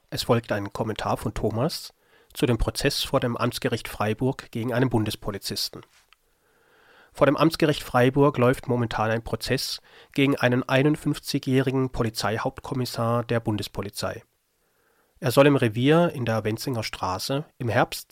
Es folgt ein Kommentar von Thomas zu dem Prozess vor dem Amtsgericht Freiburg gegen einen Bundespolizisten. Vor dem Amtsgericht Freiburg läuft momentan ein Prozess gegen einen 51-jährigen Polizeihauptkommissar der Bundespolizei. Er soll im Revier in der Wenzinger Straße im Herbst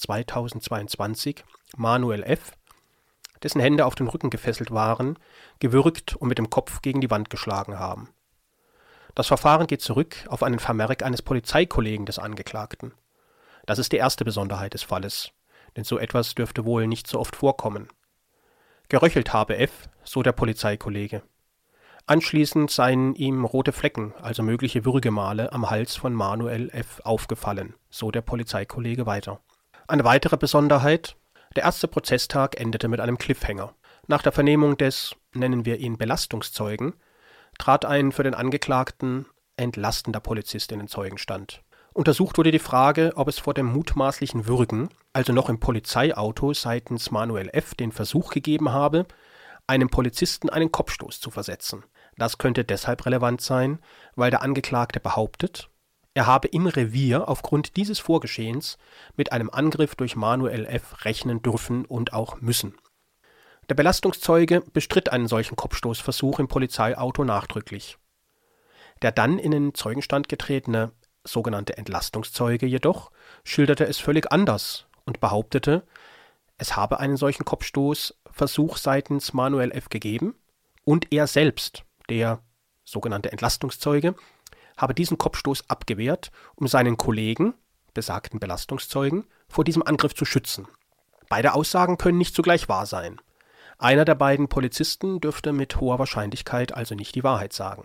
2022 Manuel F., dessen Hände auf den Rücken gefesselt waren, gewürgt und mit dem Kopf gegen die Wand geschlagen haben. Das Verfahren geht zurück auf einen Vermerk eines Polizeikollegen des Angeklagten. Das ist die erste Besonderheit des Falles, denn so etwas dürfte wohl nicht so oft vorkommen. Geröchelt habe F., so der Polizeikollege. Anschließend seien ihm rote Flecken, also mögliche Würgemale, am Hals von Manuel F. aufgefallen, so der Polizeikollege weiter. Eine weitere Besonderheit: Der erste Prozesstag endete mit einem Cliffhanger. Nach der Vernehmung des, nennen wir ihn Belastungszeugen, trat ein für den Angeklagten entlastender Polizist in den Zeugenstand. Untersucht wurde die Frage, ob es vor dem mutmaßlichen Würgen, also noch im Polizeiauto, seitens Manuel F. den Versuch gegeben habe, einem Polizisten einen Kopfstoß zu versetzen. Das könnte deshalb relevant sein, weil der Angeklagte behauptet, er habe im Revier aufgrund dieses Vorgeschehens mit einem Angriff durch Manuel F. rechnen dürfen und auch müssen. Der Belastungszeuge bestritt einen solchen Kopfstoßversuch im Polizeiauto nachdrücklich. Der dann in den Zeugenstand getretene sogenannte Entlastungszeuge jedoch schilderte es völlig anders und behauptete, es habe einen solchen Kopfstoßversuch seitens Manuel F. gegeben und er selbst, der sogenannte Entlastungszeuge, habe diesen Kopfstoß abgewehrt, um seinen Kollegen, besagten Belastungszeugen, vor diesem Angriff zu schützen. Beide Aussagen können nicht zugleich wahr sein. Einer der beiden Polizisten dürfte mit hoher Wahrscheinlichkeit also nicht die Wahrheit sagen.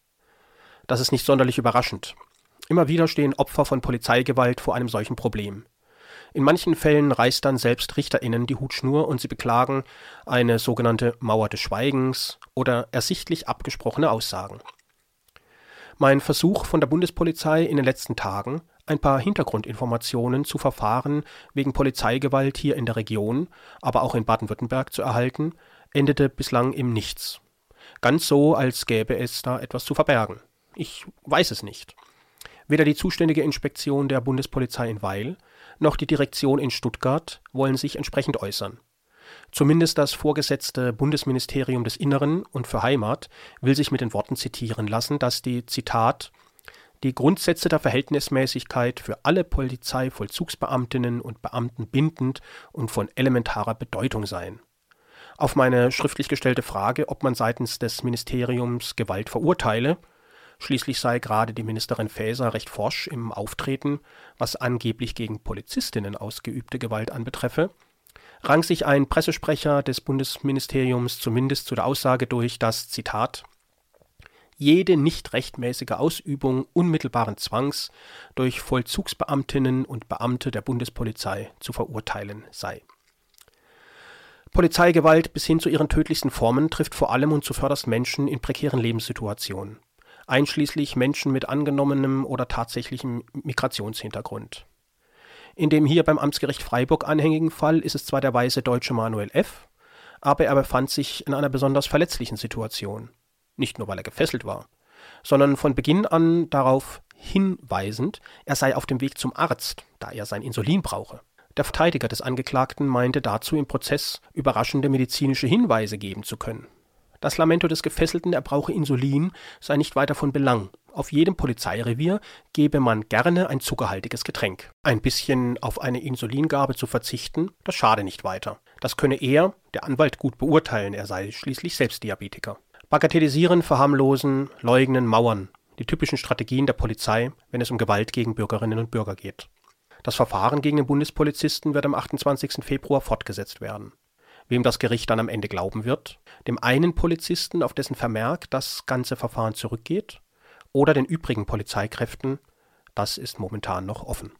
Das ist nicht sonderlich überraschend. Immer wieder stehen Opfer von Polizeigewalt vor einem solchen Problem. In manchen Fällen reißt dann selbst RichterInnen die Hutschnur und sie beklagen eine sogenannte Mauer des Schweigens oder ersichtlich abgesprochene Aussagen. Mein Versuch von der Bundespolizei in den letzten Tagen, ein paar Hintergrundinformationen zu Verfahren wegen Polizeigewalt hier in der Region, aber auch in Baden-Württemberg zu erhalten, endete bislang im Nichts. Ganz so, als gäbe es da etwas zu verbergen. Ich weiß es nicht. Weder die zuständige Inspektion der Bundespolizei in Weil noch die Direktion in Stuttgart wollen sich entsprechend äußern. Zumindest das vorgesetzte Bundesministerium des Inneren und für Heimat will sich mit den Worten zitieren lassen, dass die, Zitat, die Grundsätze der Verhältnismäßigkeit für alle Polizeivollzugsbeamtinnen und Beamten bindend und von elementarer Bedeutung seien. Auf meine schriftlich gestellte Frage, ob man seitens des Ministeriums Gewalt verurteile, schließlich sei gerade die Ministerin Faeser recht forsch im Auftreten, was angeblich gegen Polizistinnen ausgeübte Gewalt anbetreffe, rang sich ein Pressesprecher des Bundesministeriums zumindest zu der Aussage durch, dass, Zitat, jede nicht rechtmäßige Ausübung unmittelbaren Zwangs durch Vollzugsbeamtinnen und Beamte der Bundespolizei zu verurteilen sei. Polizeigewalt bis hin zu ihren tödlichsten Formen trifft vor allem und zuvörderst Menschen in prekären Lebenssituationen, einschließlich Menschen mit angenommenem oder tatsächlichem Migrationshintergrund. In dem hier beim Amtsgericht Freiburg anhängigen Fall ist es zwar der weiße Deutsche Manuel F., aber er befand sich in einer besonders verletzlichen Situation. Nicht nur, weil er gefesselt war, sondern von Beginn an darauf hinweisend, er sei auf dem Weg zum Arzt, da er sein Insulin brauche. Der Verteidiger des Angeklagten meinte dazu im Prozess überraschende medizinische Hinweise geben zu können. Das Lamento des Gefesselten, er brauche Insulin, sei nicht weiter von Belang. Auf jedem Polizeirevier gebe man gerne ein zuckerhaltiges Getränk. Ein bisschen auf eine Insulingabe zu verzichten, das schade nicht weiter. Das könne er, der Anwalt, gut beurteilen, er sei schließlich selbst Diabetiker. Bagatellisieren, verharmlosen, leugnen, mauern. Die typischen Strategien der Polizei, wenn es um Gewalt gegen Bürgerinnen und Bürger geht. Das Verfahren gegen den Bundespolizisten wird am 28. Februar fortgesetzt werden. Wem das Gericht dann am Ende glauben wird, dem einen Polizisten, auf dessen Vermerk das ganze Verfahren zurückgeht, oder den übrigen Polizeikräften, das ist momentan noch offen.